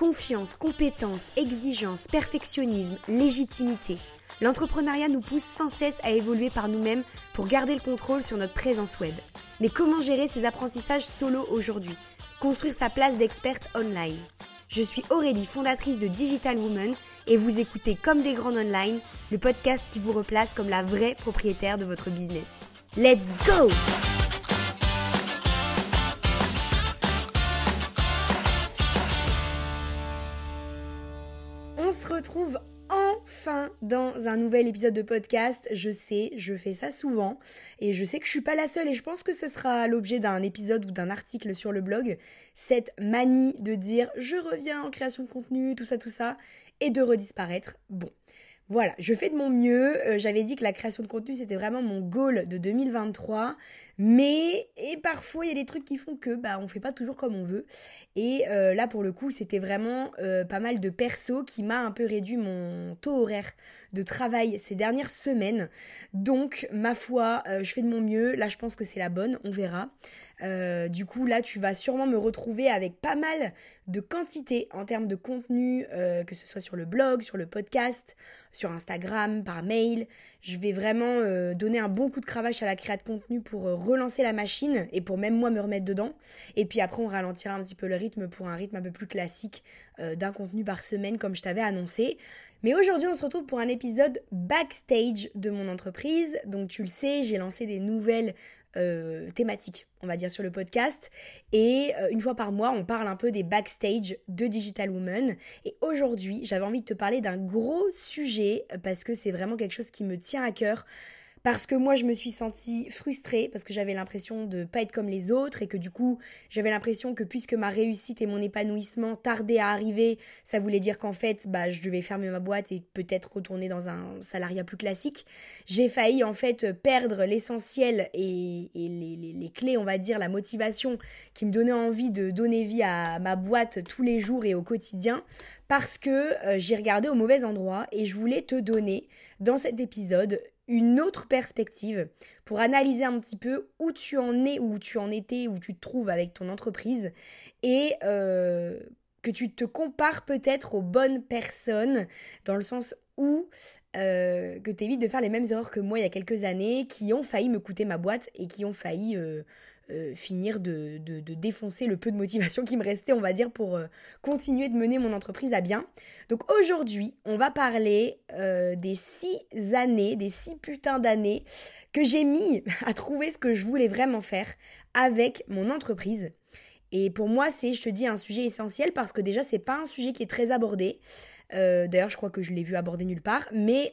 Confiance, compétence, exigence, perfectionnisme, légitimité. L'entrepreneuriat nous pousse sans cesse à évoluer par nous-mêmes pour garder le contrôle sur notre présence web. Mais comment gérer ces apprentissages solo aujourd'hui ? Construire sa place d'experte online. Je suis Aurélie, fondatrice de Digital Woman, et vous écoutez Comme des grandes online, le podcast qui vous replace comme la vraie propriétaire de votre business. Let's go! On se retrouve enfin dans un nouvel épisode de podcast. Je sais, je fais ça souvent et je sais que je suis pas la seule et je pense que ce sera l'objet d'un épisode ou d'un article sur le blog. Cette manie de dire je reviens en création de contenu, tout ça et de redisparaître. Bon. Voilà, je fais de mon mieux. J'avais dit que la création de contenu, c'était vraiment mon goal de 2023. Mais parfois, il y a des trucs qui font que on fait pas toujours comme on veut. Et là, pour le coup, c'était vraiment pas mal de perso qui m'a un peu réduit mon taux horaire de travail ces dernières semaines. Donc, ma foi, je fais de mon mieux. Là, je pense que c'est la bonne, on verra. Du coup, là, tu vas sûrement me retrouver avec pas mal de quantité en termes de contenu, que ce soit sur le blog, sur le podcast, sur Instagram, par mail. Je vais vraiment donner un bon coup de cravache à la création de contenu pour relancer la machine et pour même moi me remettre dedans. Et puis après, on ralentira un petit peu le rythme pour un rythme un peu plus classique d'un contenu par semaine comme je t'avais annoncé. Mais aujourd'hui, on se retrouve pour un épisode backstage de mon entreprise. Donc tu le sais, j'ai lancé des nouvelles thématiques, on va dire, sur le podcast. Et une fois par mois, on parle un peu des backstage de Digital Woman. Et aujourd'hui, j'avais envie de te parler d'un gros sujet parce que c'est vraiment quelque chose qui me tient à cœur. Parce que moi, je me suis sentie frustrée parce que j'avais l'impression de pas être comme les autres et que du coup, j'avais l'impression que puisque ma réussite et mon épanouissement tardaient à arriver, ça voulait dire qu'en fait, je devais fermer ma boîte et peut-être retourner dans un salariat plus classique. J'ai failli en fait perdre l'essentiel et les clés, on va dire, la motivation qui me donnait envie de donner vie à ma boîte tous les jours et au quotidien parce que j'ai regardé au mauvais endroit et je voulais te donner dans cet épisode une autre perspective pour analyser un petit peu où tu en es, où tu en étais, où tu te trouves avec ton entreprise et que tu te compares peut-être aux bonnes personnes dans le sens où que tu évites de faire les mêmes erreurs que moi il y a quelques années qui ont failli me coûter ma boîte et qui ont failli finir de défoncer le peu de motivation qui me restait, on va dire, pour continuer de mener mon entreprise à bien. Donc aujourd'hui, on va parler des 6 putains d'années que j'ai mis à trouver ce que je voulais vraiment faire avec mon entreprise. Et pour moi, c'est, je te dis, un sujet essentiel parce que déjà, c'est pas un sujet qui est très abordé. D'ailleurs, je crois que je l'ai vu aborder nulle part. Mais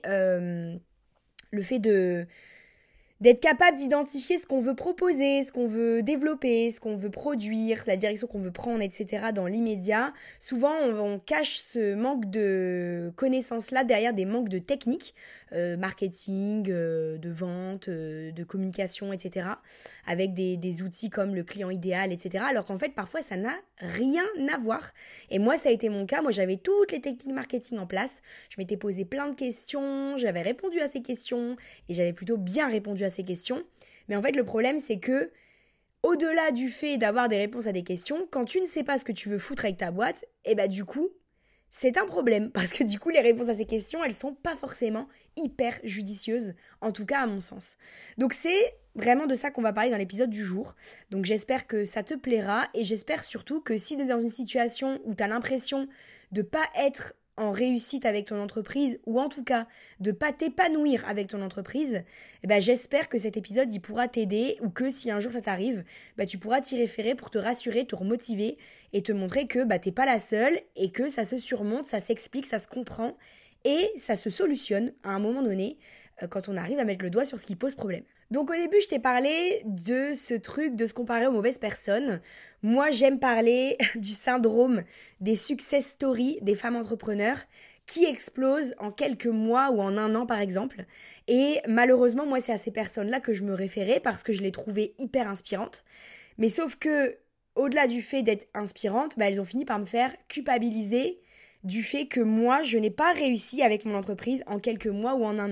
le fait d'être capable d'identifier ce qu'on veut proposer, ce qu'on veut développer, ce qu'on veut produire, la direction qu'on veut prendre, etc. dans l'immédiat. Souvent, on cache ce manque de connaissances-là derrière des manques de techniques, marketing, de vente, de communication, etc. Avec des outils comme le client idéal, etc. Alors qu'en fait, parfois, ça n'a rien à voir. Et moi, ça a été mon cas. Moi, j'avais toutes les techniques marketing en place. Je m'étais posé plein de questions, j'avais répondu à ces questions et j'avais plutôt bien répondu à ces questions. Mais en fait, le problème, c'est que au-delà du fait d'avoir des réponses à des questions, quand tu ne sais pas ce que tu veux foutre avec ta boîte, du coup, c'est un problème. Parce que du coup, les réponses à ces questions, elles sont pas forcément hyper judicieuses, en tout cas à mon sens. Donc c'est vraiment de ça qu'on va parler dans l'épisode du jour. Donc j'espère que ça te plaira et j'espère surtout que si tu es dans une situation où tu as l'impression de pas être en réussite avec ton entreprise ou en tout cas de pas t'épanouir avec ton entreprise, j'espère que cet épisode il pourra t'aider ou que si un jour ça t'arrive, tu pourras t'y référer pour te rassurer, te remotiver et te montrer que t'es pas la seule et que ça se surmonte, ça s'explique, ça se comprend et ça se solutionne à un moment donné quand on arrive à mettre le doigt sur ce qui pose problème. Donc au début, je t'ai parlé de ce truc de se comparer aux mauvaises personnes. Moi, j'aime parler du syndrome des success stories des femmes entrepreneurs qui explosent en quelques mois ou en un an par exemple. Et malheureusement, moi, c'est à ces personnes-là que je me référais parce que je les trouvais hyper inspirantes. Mais sauf que, au-delà du fait d'être inspirantes, elles ont fini par me faire culpabiliser du fait que moi, je n'ai pas réussi avec mon entreprise en quelques mois ou en un an.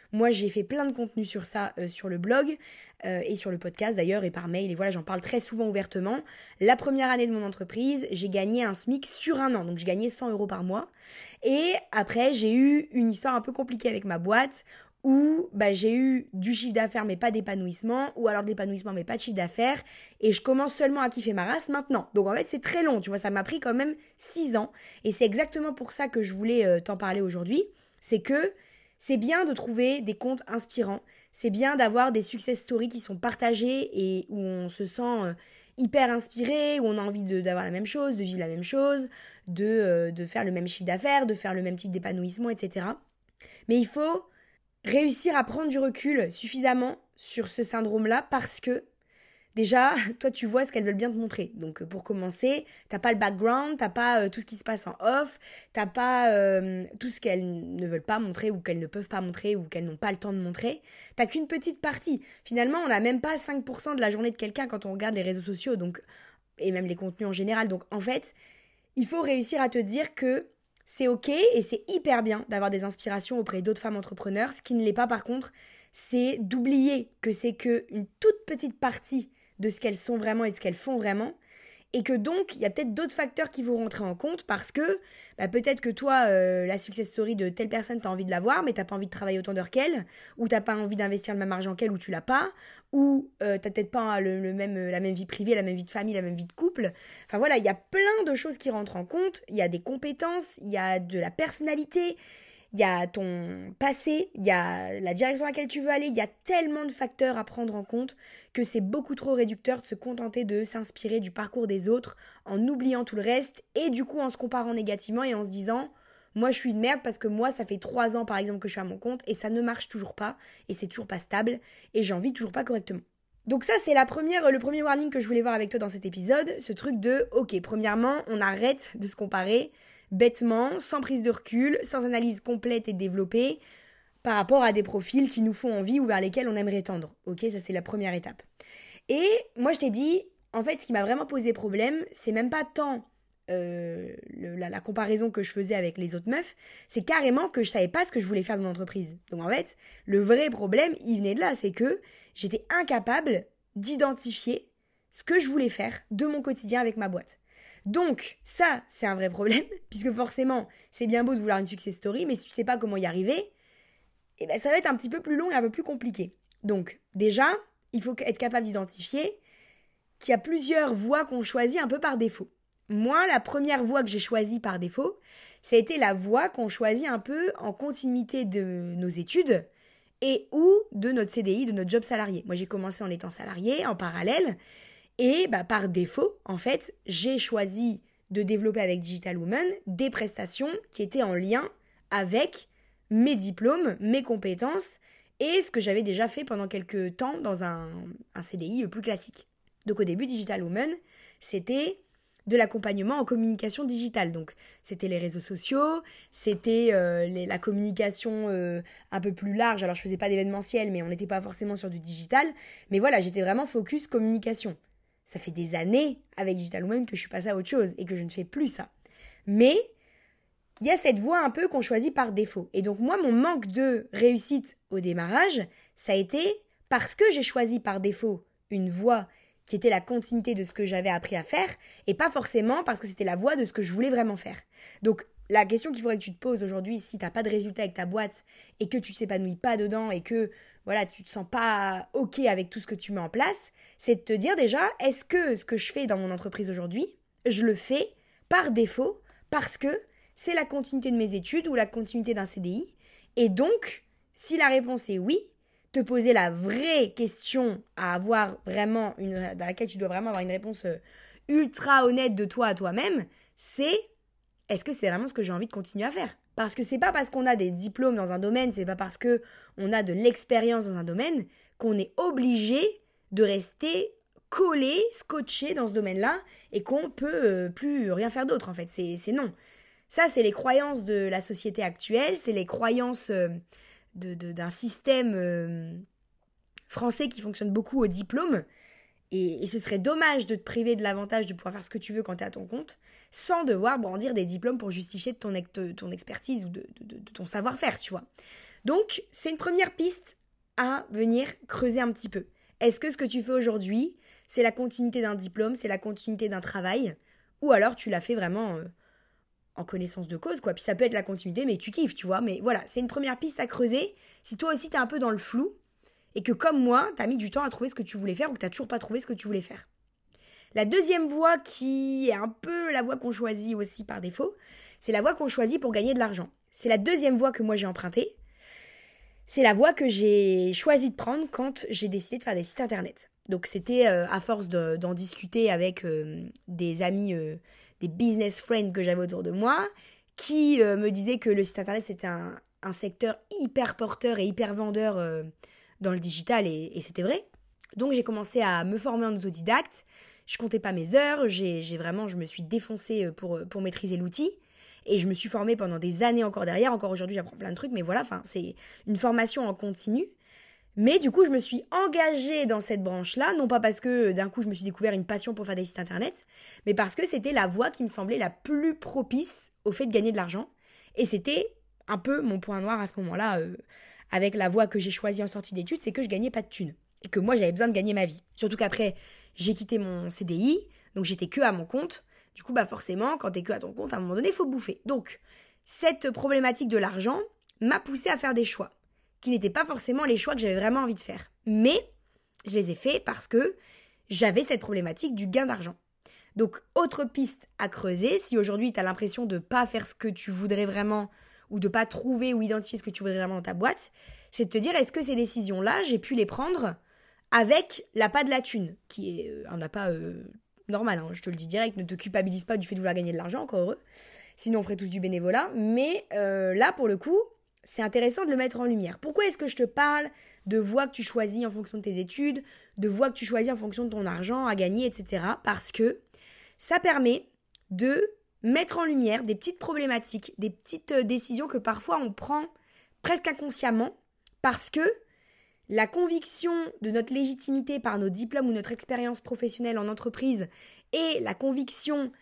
Moi, j'ai fait plein de contenu sur ça sur le blog et sur le podcast d'ailleurs et par mail. Et voilà, j'en parle très souvent ouvertement. La première année de mon entreprise, j'ai gagné un SMIC sur un an. Donc, j'ai gagné 100 € par mois. Et après, j'ai eu une histoire un peu compliquée avec ma boîte où j'ai eu du chiffre d'affaires mais pas d'épanouissement, ou alors de l'épanouissement mais pas de chiffre d'affaires, et je commence seulement à kiffer ma race maintenant. Donc en fait c'est très long, tu vois, ça m'a pris quand même 6 ans, et c'est exactement pour ça que je voulais t'en parler aujourd'hui, c'est que c'est bien de trouver des comptes inspirants, c'est bien d'avoir des success stories qui sont partagées et où on se sent hyper inspiré, où on a envie d'avoir la même chose, de vivre la même chose, de faire le même chiffre d'affaires, de faire le même type d'épanouissement, etc. Mais il faut réussir à prendre du recul suffisamment sur ce syndrome-là parce que déjà, toi tu vois ce qu'elles veulent bien te montrer. Donc pour commencer, t'as pas le background, t'as pas tout ce qui se passe en off, t'as pas tout ce qu'elles ne veulent pas montrer ou qu'elles ne peuvent pas montrer ou qu'elles n'ont pas le temps de montrer. T'as qu'une petite partie. Finalement, on n'a même pas 5% de la journée de quelqu'un quand on regarde les réseaux sociaux donc, et même les contenus en général. Donc en fait, il faut réussir à te dire que c'est ok et c'est hyper bien d'avoir des inspirations auprès d'autres femmes entrepreneurs. Ce qui ne l'est pas par contre, c'est d'oublier que c'est qu'une toute petite partie de ce qu'elles sont vraiment et de ce qu'elles font vraiment. Et que donc, il y a peut-être d'autres facteurs qui vont rentrer en compte parce que peut-être que toi, la success story de telle personne, t'as envie de l'avoir, mais t'as pas envie de travailler autant d'heures qu'elle, ou t'as pas envie d'investir le même argent qu'elle, ou tu l'as pas, ou t'as peut-être pas la même vie privée, la même vie de famille, la même vie de couple. Enfin voilà, il y a plein de choses qui rentrent en compte. Il y a des compétences, il y a de la personnalité, il y a ton passé, il y a la direction à laquelle tu veux aller, il y a tellement de facteurs à prendre en compte que c'est beaucoup trop réducteur de se contenter de s'inspirer du parcours des autres en oubliant tout le reste et du coup en se comparant négativement et en se disant moi je suis une merde parce que moi ça fait 3 ans par exemple que je suis à mon compte et ça ne marche toujours pas et c'est toujours pas stable et j'en vis toujours pas correctement. Donc ça c'est le premier warning que je voulais voir avec toi dans cet épisode, ce truc de ok, premièrement on arrête de se comparer bêtement, sans prise de recul, sans analyse complète et développée par rapport à des profils qui nous font envie ou vers lesquels on aimerait tendre. Ok, ça c'est la première étape. Et moi je t'ai dit, en fait ce qui m'a vraiment posé problème, c'est même pas tant la comparaison que je faisais avec les autres meufs, c'est carrément que je savais pas ce que je voulais faire de mon entreprise. Donc en fait, le vrai problème, il venait de là, c'est que j'étais incapable d'identifier ce que je voulais faire de mon quotidien avec ma boîte. Donc, ça, c'est un vrai problème, puisque forcément, c'est bien beau de vouloir une success story, mais si tu sais pas comment y arriver, ça va être un petit peu plus long et un peu plus compliqué. Donc, déjà, il faut être capable d'identifier qu'il y a plusieurs voies qu'on choisit un peu par défaut. Moi, la première voie que j'ai choisie par défaut, ça a été la voie qu'on choisit un peu en continuité de nos études et ou de notre CDI, de notre job salarié. Moi, j'ai commencé en étant salarié, en parallèle, et par défaut, en fait, j'ai choisi de développer avec Digital Woman des prestations qui étaient en lien avec mes diplômes, mes compétences et ce que j'avais déjà fait pendant quelques temps dans un CDI plus classique. Donc au début, Digital Woman, c'était de l'accompagnement en communication digitale. Donc c'était les réseaux sociaux, c'était la communication un peu plus large. Alors je faisais pas d'événementiel, mais on n'était pas forcément sur du digital. Mais voilà, j'étais vraiment focus communication. Ça fait des années avec Digital Woman que je suis passée à autre chose et que je ne fais plus ça. Mais il y a cette voie un peu qu'on choisit par défaut. Et donc moi, mon manque de réussite au démarrage, ça a été parce que j'ai choisi par défaut une voie qui était la continuité de ce que j'avais appris à faire et pas forcément parce que c'était la voie de ce que je voulais vraiment faire. Donc la question qu'il faudrait que tu te poses aujourd'hui, si tu n'as pas de résultat avec ta boîte et que tu ne t'épanouis pas dedans et que voilà, tu te sens pas ok avec tout ce que tu mets en place, c'est de te dire déjà, est-ce que ce que je fais dans mon entreprise aujourd'hui, je le fais par défaut parce que c'est la continuité de mes études ou la continuité d'un CDI. Et donc, si la réponse est oui, te poser la vraie question à avoir vraiment dans laquelle tu dois vraiment avoir une réponse ultra honnête de toi à toi-même, c'est est-ce que c'est vraiment ce que j'ai envie de continuer à faire ? Parce que c'est pas parce qu'on a des diplômes dans un domaine, c'est pas parce que on a de l'expérience dans un domaine qu'on est obligé de rester collé, scotché dans ce domaine-là et qu'on peut plus rien faire d'autre en fait. C'est non. Ça, c'est les croyances de la société actuelle, c'est les croyances d'un système français qui fonctionne beaucoup au diplôme. Et ce serait dommage de te priver de l'avantage de pouvoir faire ce que tu veux quand tu es à ton compte, sans devoir brandir des diplômes pour justifier de ton expertise ou de ton savoir-faire, tu vois. Donc, c'est une première piste à venir creuser un petit peu. Est-ce que ce que tu fais aujourd'hui, c'est la continuité d'un diplôme, c'est la continuité d'un travail, ou alors tu l'as fait vraiment en connaissance de cause, quoi. Puis ça peut être la continuité, mais tu kiffes, tu vois. Mais voilà, c'est une première piste à creuser. Si toi aussi t'es un peu dans le flou, et que comme moi, t'as mis du temps à trouver ce que tu voulais faire, ou que t'as toujours pas trouvé ce que tu voulais faire. La deuxième voie, qui est un peu la voie qu'on choisit aussi par défaut, c'est la voie qu'on choisit pour gagner de l'argent. C'est la deuxième voie que moi j'ai empruntée. C'est la voie que j'ai choisi de prendre quand j'ai décidé de faire des sites internet. Donc c'était à force d'en discuter avec des amis, des business friends que j'avais autour de moi, qui me disaient que le site internet c'était un secteur hyper porteur et hyper vendeur dans le digital, et c'était vrai. Donc j'ai commencé à me former en autodidacte. Je comptais pas mes heures, je me suis défoncée pour maîtriser l'outil. Et je me suis formée pendant des années encore derrière. Encore aujourd'hui, j'apprends plein de trucs. Mais voilà, c'est une formation en continu. Mais du coup, je me suis engagée dans cette branche-là. Non pas parce que d'un coup, je me suis découvert une passion pour faire des sites internet. Mais parce que c'était la voie qui me semblait la plus propice au fait de gagner de l'argent. Et c'était un peu mon point noir à ce moment-là. Avec la voie que j'ai choisie en sortie d'études, c'est que je gagnais pas de thunes. Et que moi, j'avais besoin de gagner ma vie. Surtout qu'après, j'ai quitté mon CDI. Donc j'étais que à mon compte. Du coup, forcément, quand t'es que à ton compte, à un moment donné, il faut bouffer. Donc, cette problématique de l'argent m'a poussée à faire des choix, qui n'étaient pas forcément les choix que j'avais vraiment envie de faire. Mais, je les ai faits parce que j'avais cette problématique du gain d'argent. Donc, autre piste à creuser, si aujourd'hui t'as l'impression de pas faire ce que tu voudrais vraiment, ou de pas trouver ou identifier ce que tu voudrais vraiment dans ta boîte, c'est de te dire, est-ce que ces décisions-là, j'ai pu les prendre avec l'appât de la thune, qui est un appât normal, je te le dis direct, ne te culpabilise pas du fait de vouloir gagner de l'argent, encore heureux, sinon on ferait tous du bénévolat, mais là pour le coup, c'est intéressant de le mettre en lumière. Pourquoi est-ce que je te parle de voies que tu choisis en fonction de tes études, de voies que tu choisis en fonction de ton argent à gagner, etc. Parce que ça permet de mettre en lumière des petites problématiques, des petites décisions que parfois on prend presque inconsciemment, parce que la conviction de notre légitimité par nos diplômes ou notre expérience professionnelle en entreprise et la conviction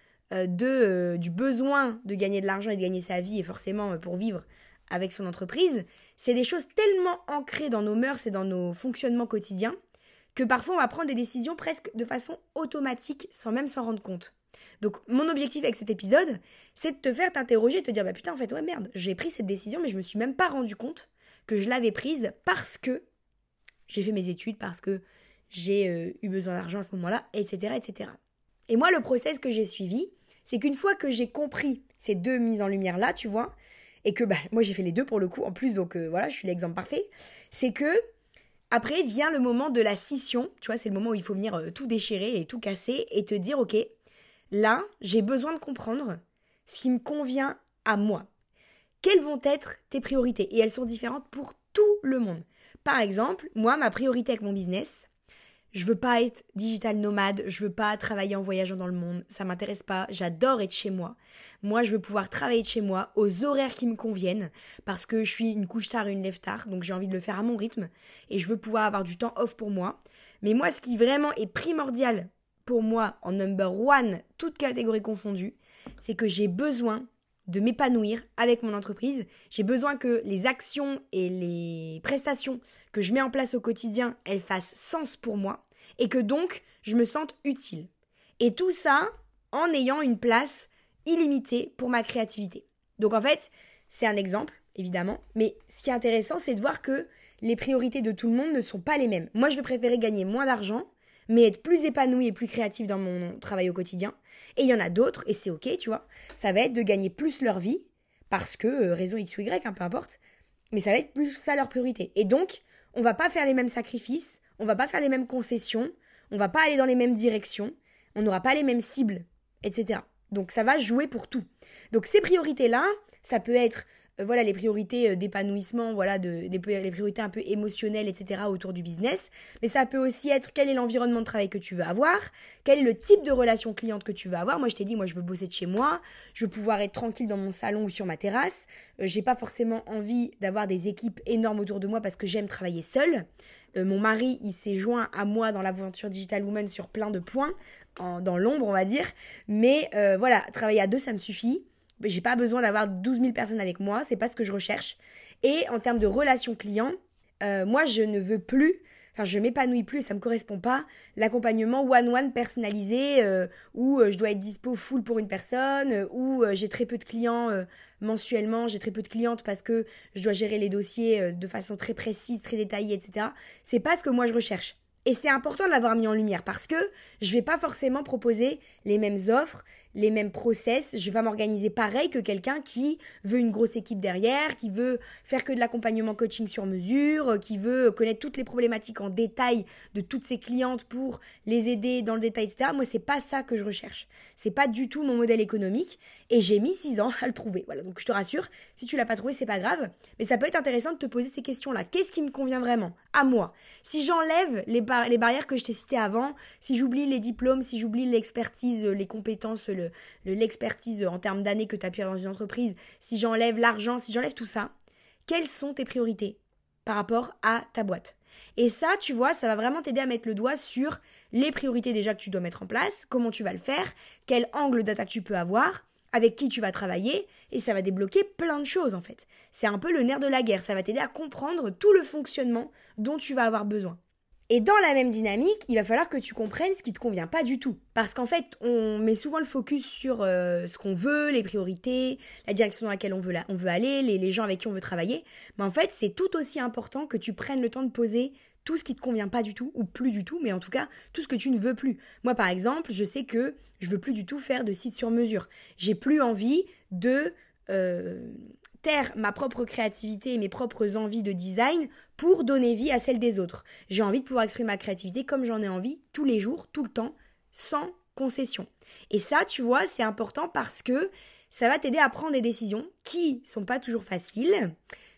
du besoin de gagner de l'argent et de gagner sa vie, et forcément pour vivre avec son entreprise, c'est des choses tellement ancrées dans nos mœurs et dans nos fonctionnements quotidiens que parfois on va prendre des décisions presque de façon automatique sans même s'en rendre compte. Donc mon objectif avec cet épisode, c'est de te faire t'interroger et te dire putain en fait ouais merde, j'ai pris cette décision mais je me suis même pas rendu compte que je l'avais prise parce que j'ai fait mes études, parce que j'ai eu besoin d'argent à ce moment-là, etc., etc. Et moi, le process que j'ai suivi, c'est qu'une fois que j'ai compris ces deux mises en lumière-là, tu vois, et que moi j'ai fait les deux pour le coup, en plus, donc voilà, je suis l'exemple parfait, c'est que après vient le moment de la scission, tu vois, c'est le moment où il faut venir tout déchirer et tout casser et te dire, ok, là, j'ai besoin de comprendre ce qui me convient à moi. Quelles vont être tes priorités? Et elles sont différentes pour tout le monde. Par exemple, moi, ma priorité avec mon business, je veux pas être digital nomade, je veux pas travailler en voyageant dans le monde, ça m'intéresse pas, j'adore être chez moi. Moi, je veux pouvoir travailler de chez moi aux horaires qui me conviennent, parce que je suis une couche tard et une lève tard, donc j'ai envie de le faire à mon rythme, et je veux pouvoir avoir du temps off pour moi. Mais moi, ce qui vraiment est primordial pour moi, en number one, toute catégorie confondue, c'est que j'ai besoin de m'épanouir avec mon entreprise. J'ai besoin que les actions et les prestations que je mets en place au quotidien, elles fassent sens pour moi et que donc je me sente utile. Et tout ça en ayant une place illimitée pour ma créativité. Donc en fait, c'est un exemple, évidemment, mais ce qui est intéressant, c'est de voir que les priorités de tout le monde ne sont pas les mêmes. Moi, je vais préférer gagner moins d'argent, mais être plus épanouie et plus créative dans mon travail au quotidien. Et il y en a d'autres, et c'est ok, tu vois, ça va être de gagner plus leur vie, parce que, raison X ou Y, peu importe, mais ça va être plus ça leur priorité. Et donc, on va pas faire les mêmes sacrifices, on va pas faire les mêmes concessions, on va pas aller dans les mêmes directions, on n'aura pas les mêmes cibles, etc. Donc ça va jouer pour tout. Donc ces priorités-là, ça peut être les priorités d'épanouissement, les priorités un peu émotionnelles, etc. autour du business. Mais ça peut aussi être quel est l'environnement de travail que tu veux avoir, quel est le type de relation cliente que tu veux avoir. Moi, je t'ai dit, je veux bosser de chez moi, je veux pouvoir être tranquille dans mon salon ou sur ma terrasse. J'ai pas forcément envie d'avoir des équipes énormes autour de moi parce que j'aime travailler seule. Mon mari, il s'est joint à moi dans l'aventure Digital Woman sur plein de points, dans l'ombre, on va dire. Mais travailler à deux, ça me suffit. j'ai pas besoin d'avoir 12 000 personnes avec moi, c'est pas ce que je recherche. Et en termes de relations clients, moi je ne veux plus, enfin je m'épanouis plus et ça me correspond pas, l'accompagnement one-one personnalisé où je dois être dispo full pour une personne, où j'ai très peu de clients mensuellement, j'ai très peu de clientes parce que je dois gérer les dossiers de façon très précise, très détaillée, etc. C'est pas ce que moi je recherche. Et c'est important de l'avoir mis en lumière parce que je vais pas forcément proposer les mêmes offres, les mêmes process, je vais pas m'organiser pareil que quelqu'un qui veut une grosse équipe derrière, qui veut faire que de l'accompagnement coaching sur mesure, qui veut connaître toutes les problématiques en détail de toutes ses clientes pour les aider dans le détail, etc. Moi, c'est pas ça que je recherche. C'est pas du tout mon modèle économique et j'ai mis 6 ans à le trouver. Voilà, donc je te rassure, si tu l'as pas trouvé, c'est pas grave, mais ça peut être intéressant de te poser ces questions-là. Qu'est-ce qui me convient vraiment à moi? Si j'enlève les barrières que je t'ai citées avant, si j'oublie les diplômes, si j'oublie l'expertise, les compétences, l'expertise en termes d'années que tu as pu avoir dans une entreprise, si j'enlève l'argent, si j'enlève tout ça, quelles sont tes priorités par rapport à ta boîte? Et ça, tu vois, ça va vraiment t'aider à mettre le doigt sur les priorités déjà que tu dois mettre en place, comment tu vas le faire, quel angle d'attaque tu peux avoir, avec qui tu vas travailler, et ça va débloquer plein de choses en fait. C'est un peu le nerf de la guerre, ça va t'aider à comprendre tout le fonctionnement dont tu vas avoir besoin. Et dans la même dynamique, il va falloir que tu comprennes ce qui te convient pas du tout. Parce qu'en fait, on met souvent le focus sur ce qu'on veut, les priorités, la direction dans laquelle on veut aller, les gens avec qui on veut travailler. Mais en fait, c'est tout aussi important que tu prennes le temps de poser tout ce qui te convient pas du tout, ou plus du tout, mais en tout cas, tout ce que tu ne veux plus. Moi, par exemple, je sais que je veux plus du tout faire de site sur mesure. J'ai plus envie de taire ma propre créativité et mes propres envies de design pour donner vie à celle des autres. J'ai envie de pouvoir exprimer ma créativité comme j'en ai envie, tous les jours, tout le temps, sans concession. Et ça, tu vois, c'est important parce que ça va t'aider à prendre des décisions qui sont pas toujours faciles.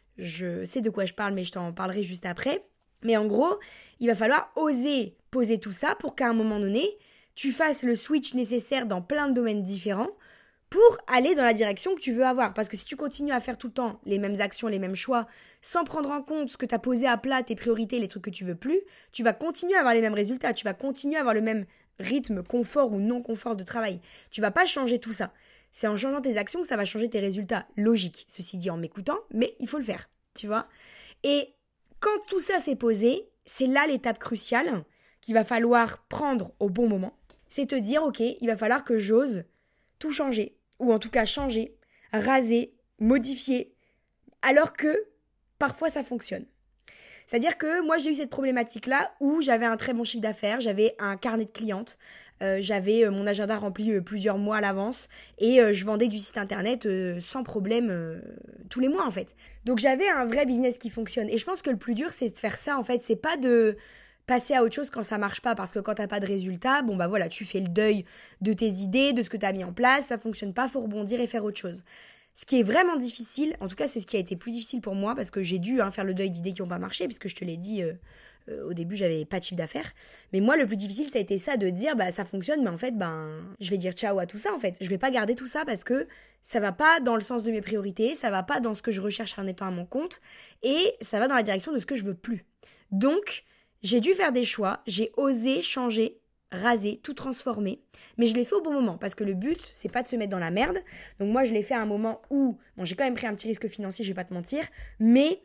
Je sais de quoi je parle, mais je t'en parlerai juste après. Mais en gros, il va falloir oser poser tout ça pour qu'à un moment donné, tu fasses le switch nécessaire dans plein de domaines différents pour aller dans la direction que tu veux avoir. Parce que si tu continues à faire tout le temps les mêmes actions, les mêmes choix, sans prendre en compte ce que tu as posé à plat, tes priorités, les trucs que tu veux plus, tu vas continuer à avoir les mêmes résultats, tu vas continuer à avoir le même rythme, confort ou non confort de travail. Tu vas pas changer tout ça. C'est en changeant tes actions que ça va changer tes résultats. Logique, ceci dit en m'écoutant, mais il faut le faire, tu vois. Et quand tout ça s'est posé, c'est là l'étape cruciale qu'il va falloir prendre au bon moment. C'est te dire, ok, il va falloir que j'ose tout changer, ou en tout cas changer, raser, modifier, alors que parfois ça fonctionne. C'est-à-dire que moi j'ai eu cette problématique-là où j'avais un très bon chiffre d'affaires, j'avais un carnet de clientes, j'avais mon agenda rempli plusieurs mois à l'avance et je vendais du site internet sans problème tous les mois en fait. Donc j'avais un vrai business qui fonctionne et je pense que le plus dur c'est de faire ça en fait, c'est pas de passer à autre chose quand ça marche pas parce que quand t'as pas de résultat, bon bah voilà, tu fais le deuil de tes idées, de ce que t'as mis en place, ça fonctionne pas, faut rebondir et faire autre chose. Ce qui est vraiment difficile, en tout cas c'est ce qui a été plus difficile pour moi parce que j'ai dû faire le deuil d'idées qui n'ont pas marché puisque je te l'ai dit au début j'avais pas de chiffre d'affaires. Mais moi le plus difficile ça a été ça de dire bah ça fonctionne mais en fait je vais dire ciao à tout ça en fait. Je vais pas garder tout ça parce que ça va pas dans le sens de mes priorités, ça va pas dans ce que je recherche en étant à mon compte et ça va dans la direction de ce que je veux plus. Donc j'ai dû faire des choix, j'ai osé changer, raser, tout transformer, mais je l'ai fait au bon moment parce que le but c'est pas de se mettre dans la merde. Donc moi je l'ai fait à un moment où j'ai quand même pris un petit risque financier, je vais pas te mentir, mais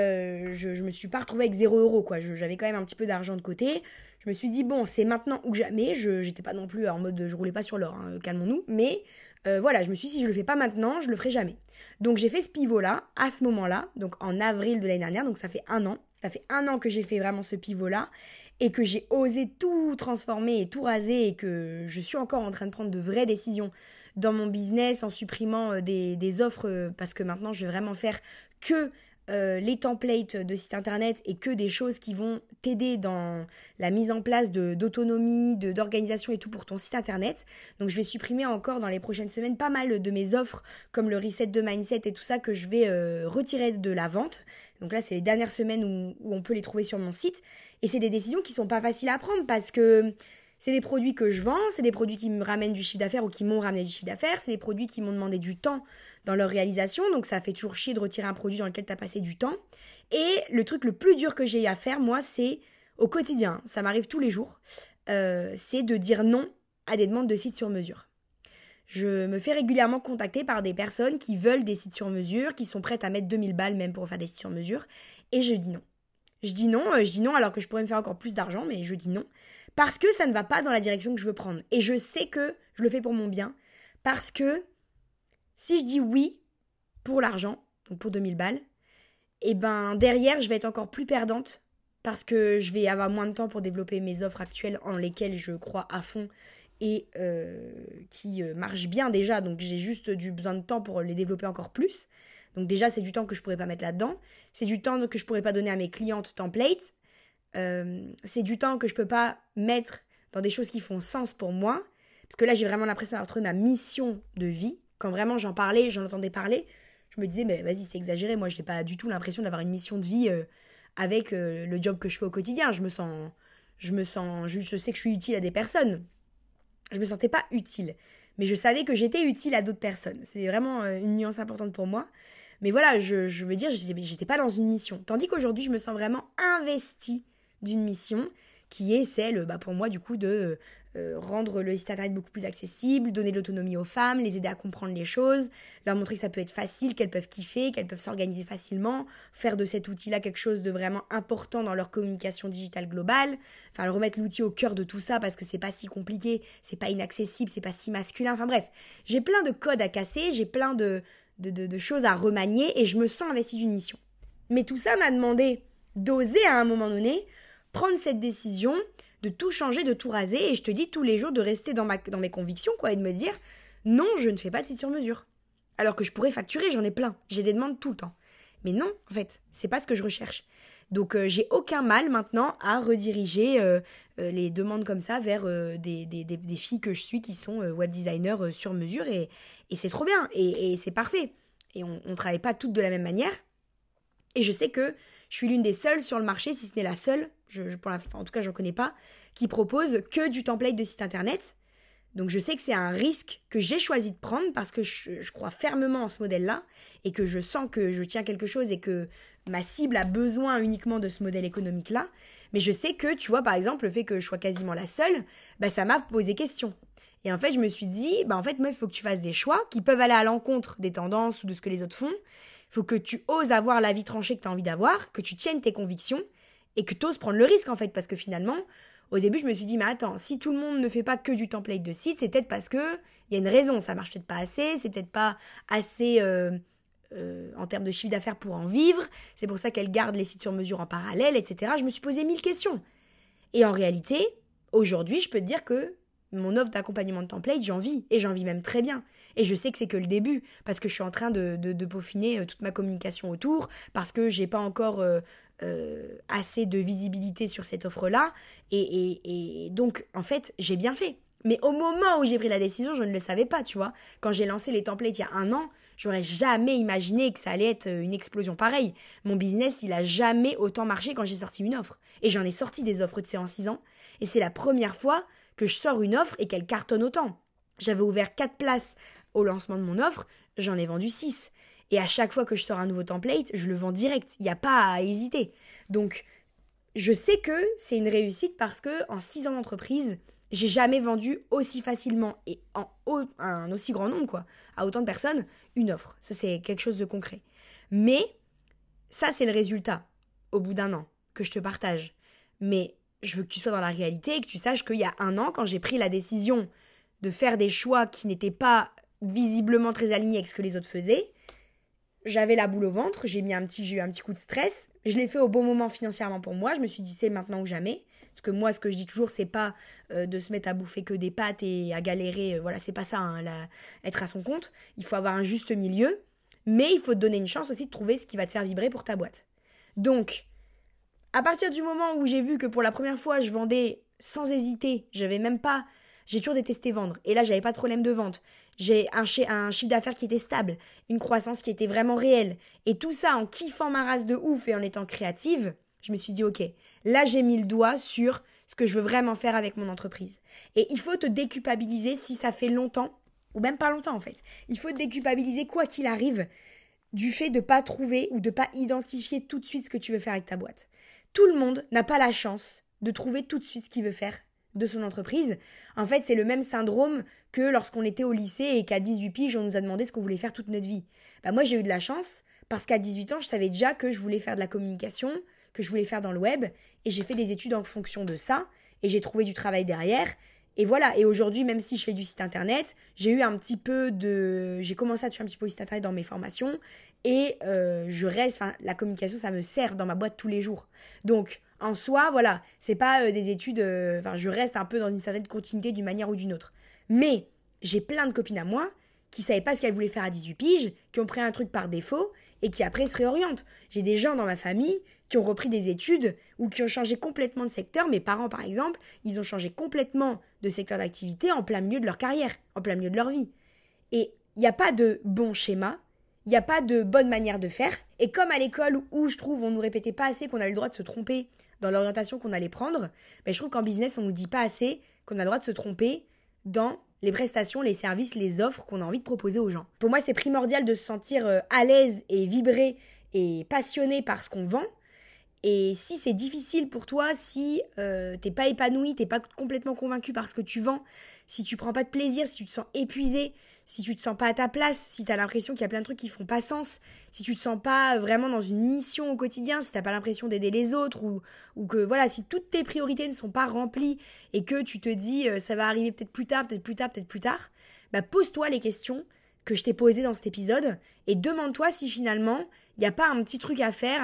je me suis pas retrouvée avec 0 € quoi. J'avais quand même un petit peu d'argent de côté. Je me suis dit bon c'est maintenant ou jamais. J'étais pas non plus en mode je roulais pas sur l'or, calmons-nous, mais voilà, je me suis dit si je le fais pas maintenant, je le ferai jamais. Donc j'ai fait ce pivot là à ce moment-là, donc en avril de l'année dernière, donc ça fait 1 an. Ça fait 1 an que j'ai fait vraiment ce pivot-là et que j'ai osé tout transformer et tout raser et que je suis encore en train de prendre de vraies décisions dans mon business en supprimant des offres parce que maintenant je vais vraiment faire que les templates de sites internet et que des choses qui vont t'aider dans la mise en place d'autonomie, d'organisation et tout pour ton site internet. Donc je vais supprimer encore dans les prochaines semaines pas mal de mes offres comme le reset de mindset et tout ça que je vais retirer de la vente. Donc là c'est les dernières semaines où on peut les trouver sur mon site et c'est des décisions qui sont pas faciles à prendre parce que c'est des produits que je vends, c'est des produits qui me ramènent du chiffre d'affaires ou qui m'ont ramené du chiffre d'affaires, c'est des produits qui m'ont demandé du temps dans leur réalisation, donc ça fait toujours chier de retirer un produit dans lequel tu as passé du temps. Et le truc le plus dur que j'ai à faire, moi, c'est au quotidien, ça m'arrive tous les jours, c'est de dire non à des demandes de sites sur mesure. Je me fais régulièrement contacter par des personnes qui veulent des sites sur mesure, qui sont prêtes à mettre 2000 balles même pour faire des sites sur mesure, et je dis non. Je dis non alors que je pourrais me faire encore plus d'argent, mais je dis non, parce que ça ne va pas dans la direction que je veux prendre. Et je sais que je le fais pour mon bien, parce que si je dis oui pour l'argent, donc pour 2000 balles, et ben derrière je vais être encore plus perdante, parce que je vais avoir moins de temps pour développer mes offres actuelles en lesquelles je crois à fond et qui marchent bien déjà, donc j'ai juste besoin de temps pour les développer encore plus. Donc déjà, c'est du temps que je pourrais pas mettre là-dedans. C'est du temps que je pourrais pas donner à mes clientes templates. C'est du temps que je peux pas mettre dans des choses qui font sens pour moi. Parce que là, j'ai vraiment l'impression d'avoir trouvé ma mission de vie. Quand vraiment j'en parlais, j'en entendais parler, je me disais, mais vas-y, c'est exagéré. Moi, je n'ai pas du tout l'impression d'avoir une mission de vie avec le job que je fais au quotidien. Je sais que je suis utile à des personnes. Je me sentais pas utile. Mais je savais que j'étais utile à d'autres personnes. C'est vraiment une nuance importante pour moi. Mais voilà, je veux dire, j'étais pas dans une mission. Tandis qu'aujourd'hui, je me sens vraiment investie d'une mission qui est celle, pour moi, du coup, de rendre le site internet beaucoup plus accessible, donner de l'autonomie aux femmes, les aider à comprendre les choses, leur montrer que ça peut être facile, qu'elles peuvent kiffer, qu'elles peuvent s'organiser facilement, faire de cet outil-là quelque chose de vraiment important dans leur communication digitale globale, enfin, remettre l'outil au cœur de tout ça parce que c'est pas si compliqué, c'est pas inaccessible, c'est pas si masculin, enfin bref. J'ai plein de codes à casser, j'ai plein de choses à remanier et je me sens investie d'une mission. Mais tout ça m'a demandé d'oser à un moment donné prendre cette décision de tout changer, de tout raser et je te dis tous les jours de rester dans mes convictions quoi et de me dire non, je ne fais pas de site sur mesure. Alors que je pourrais facturer, j'en ai plein. J'ai des demandes tout le temps. Mais non, en fait, c'est pas ce que je recherche. Donc j'ai aucun mal maintenant à rediriger les demandes comme ça vers des filles que je suis qui sont web designers sur mesure et c'est trop bien et c'est parfait. Et on travaille pas toutes de la même manière. Et je sais que je suis l'une des seules sur le marché, si ce n'est la seule, en tout cas j'en connais pas, qui propose que du template de site internet. Donc je sais que c'est un risque que j'ai choisi de prendre parce que je crois fermement en ce modèle-là et que je sens que je tiens quelque chose et que ma cible a besoin uniquement de ce modèle économique-là. Mais je sais que, tu vois, par exemple, le fait que je sois quasiment la seule, ça m'a posé question. Et en fait, je me suis dit, en fait, moi, il faut que tu fasses des choix qui peuvent aller à l'encontre des tendances ou de ce que les autres font. Il faut que tu oses avoir la vie tranchée que tu as envie d'avoir, que tu tiennes tes convictions et que tu oses prendre le risque, en fait, parce que finalement, au début, je me suis dit, mais attends, si tout le monde ne fait pas que du template de site, c'est peut-être parce que il y a une raison, ça marche peut-être pas assez, c'est peut-être pas assez en termes de chiffre d'affaires pour en vivre, c'est pour ça qu'elle garde les sites sur mesure en parallèle, etc. Je me suis posé 1000 questions. Et en réalité, aujourd'hui, je peux te dire que mon offre d'accompagnement de template, j'en vis, et j'en vis même très bien. Et je sais que c'est que le début, parce que je suis en train de peaufiner toute ma communication autour, parce que j'ai pas encore assez de visibilité sur cette offre-là, et donc, en fait, j'ai bien fait. Mais au moment où j'ai pris la décision, je ne le savais pas, tu vois. Quand j'ai lancé les templates il y a 1 an, j'aurais jamais imaginé que ça allait être une explosion pareille. Mon business, il a jamais autant marché quand j'ai sorti une offre. Et j'en ai sorti des offres, tu sais, en 6 ans. Et c'est la première fois que je sors une offre et qu'elle cartonne autant. J'avais ouvert 4 places au lancement de mon offre, j'en ai vendu 6. Et à chaque fois que je sors un nouveau template, je le vends direct. Il n'y a pas à hésiter. Donc, je sais que c'est une réussite parce que en 6 ans d'entreprise, j'ai jamais vendu aussi facilement et un aussi grand nombre, quoi, à autant de personnes, une offre. Ça, c'est quelque chose de concret. Mais ça, c'est le résultat, au bout d'1 an, que je te partage. Mais je veux que tu sois dans la réalité et que tu saches qu'il y a 1 an, quand j'ai pris la décision de faire des choix qui n'étaient pas visiblement très alignés avec ce que les autres faisaient, j'avais la boule au ventre, j'ai eu un petit coup de stress. Je l'ai fait au bon moment financièrement pour moi. Je me suis dit, c'est maintenant ou jamais. Parce que moi, ce que je dis toujours, c'est pas de se mettre à bouffer que des pâtes et à galérer. Voilà, c'est pas ça, hein, être à son compte. Il faut avoir un juste milieu. Mais il faut te donner une chance aussi de trouver ce qui va te faire vibrer pour ta boîte. Donc, à partir du moment où j'ai vu que pour la première fois, je vendais sans hésiter, j'ai toujours détesté vendre. Et là, j'avais pas de problème de vente. J'ai un chiffre d'affaires qui était stable, une croissance qui était vraiment réelle. Et tout ça en kiffant ma race de ouf et en étant créative, je me suis dit, ok, là j'ai mis le doigt sur ce que je veux vraiment faire avec mon entreprise. Et il faut te déculpabiliser si ça fait longtemps, ou même pas longtemps en fait. Il faut te déculpabiliser quoi qu'il arrive du fait de pas trouver ou de pas identifier tout de suite ce que tu veux faire avec ta boîte. Tout le monde n'a pas la chance de trouver tout de suite ce qu'il veut faire de son entreprise. En fait, c'est le même syndrome que lorsqu'on était au lycée et qu'à 18 piges, on nous a demandé ce qu'on voulait faire toute notre vie. Moi, j'ai eu de la chance parce qu'à 18 ans, je savais déjà que je voulais faire de la communication, que je voulais faire dans le web, et j'ai fait des études en fonction de ça, et j'ai trouvé du travail derrière. Et voilà, et aujourd'hui, même si je fais du site internet, j'ai commencé à toucher un petit peu au site internet dans mes formations, et la communication, ça me sert dans ma boîte tous les jours. Donc, en soi, voilà, c'est pas des études, je reste un peu dans une certaine continuité d'une manière ou d'une autre. Mais, j'ai plein de copines à moi qui savaient pas ce qu'elles voulaient faire à 18 piges, qui ont pris un truc par défaut, et qui après se réorientent. J'ai des gens dans ma famille qui ont repris des études ou qui ont changé complètement de secteur. Mes parents, par exemple, ils ont changé complètement de secteur d'activité en plein milieu de leur carrière, en plein milieu de leur vie. Et il n'y a pas de bon schéma, il n'y a pas de bonne manière de faire. Et comme à l'école où je trouve on nous répétait pas assez qu'on avait le droit de se tromper dans l'orientation qu'on allait prendre, je trouve qu'en business on nous dit pas assez qu'on a le droit de se tromper dans les prestations, les services, les offres qu'on a envie de proposer aux gens. Pour moi, c'est primordial de se sentir à l'aise et vibrer et passionné par ce qu'on vend. Et si c'est difficile pour toi, si t'es pas épanoui, t'es pas complètement convaincu par ce que tu vends, si tu prends pas de plaisir, si tu te sens épuisé, si tu te sens pas à ta place, si t'as l'impression qu'il y a plein de trucs qui font pas sens, si tu te sens pas vraiment dans une mission au quotidien, si t'as pas l'impression d'aider les autres ou que voilà, si toutes tes priorités ne sont pas remplies et que tu te dis ça va arriver peut-être plus tard, pose-toi les questions que je t'ai posées dans cet épisode et demande-toi si finalement il y a pas un petit truc à faire,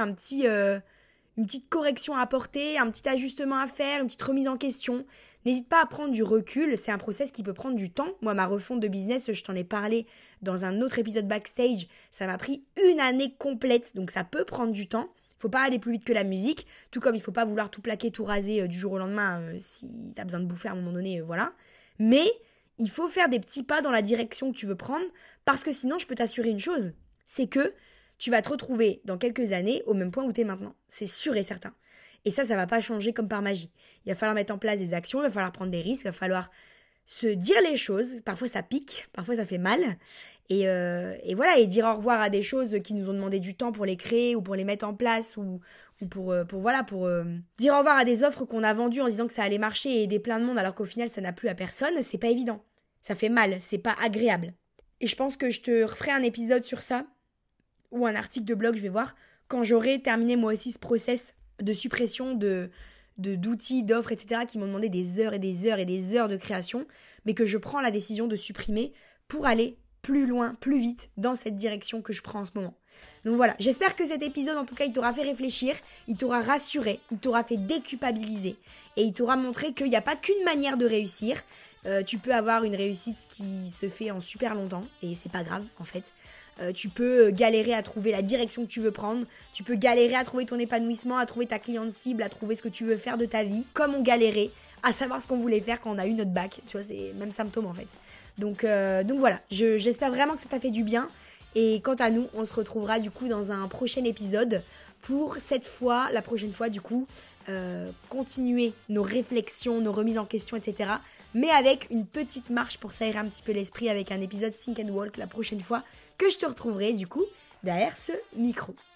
une petite correction à apporter, un petit ajustement à faire, une petite remise en question. N'hésite pas à prendre du recul, c'est un process qui peut prendre du temps. Moi, ma refonte de business, je t'en ai parlé dans un autre épisode backstage, ça m'a pris 1 année complète, donc ça peut prendre du temps. Faut pas aller plus vite que la musique, tout comme il faut pas vouloir tout plaquer, tout raser du jour au lendemain si t'as besoin de bouffer à un moment donné, voilà. Mais il faut faire des petits pas dans la direction que tu veux prendre, parce que sinon, je peux t'assurer une chose, c'est que tu vas te retrouver dans quelques années au même point où tu es maintenant. C'est sûr et certain. Et ça va pas changer comme par magie. Il va falloir mettre en place des actions, il va falloir prendre des risques, il va falloir se dire les choses. Parfois ça pique, parfois ça fait mal. Et voilà, et dire au revoir à des choses qui nous ont demandé du temps pour les créer ou pour les mettre en place ou pour dire au revoir à des offres qu'on a vendues en se disant que ça allait marcher et aider plein de monde alors qu'au final ça n'a plu à personne, c'est pas évident. Ça fait mal, c'est pas agréable. Et je pense que je te referai un épisode sur ça ou un article de blog, je vais voir, quand j'aurai terminé moi aussi ce process de suppression d'outils, d'offres, etc. qui m'ont demandé des heures et des heures et des heures de création, mais que je prends la décision de supprimer pour aller plus loin, plus vite dans cette direction que je prends en ce moment. Donc voilà, j'espère que cet épisode, en tout cas, il t'aura fait réfléchir, il t'aura rassuré, il t'aura fait déculpabiliser et il t'aura montré qu'il n'y a pas qu'une manière de réussir. Tu peux avoir une réussite qui se fait en super longtemps et c'est pas grave en fait. Tu peux galérer à trouver la direction que tu veux prendre, tu peux galérer à trouver ton épanouissement, à trouver ta cliente cible, à trouver ce que tu veux faire de ta vie, comme on galérait à savoir ce qu'on voulait faire quand on a eu notre bac. Tu vois, c'est le même symptôme en fait. Donc voilà, j'espère vraiment que ça t'a fait du bien. Et quant à nous, on se retrouvera du coup dans un prochain épisode pour la prochaine fois du coup, continuer nos réflexions, nos remises en question, etc. Mais avec une petite marche pour s'aérer un petit peu l'esprit avec un épisode Think and Walk la prochaine fois que je te retrouverai du coup derrière ce micro.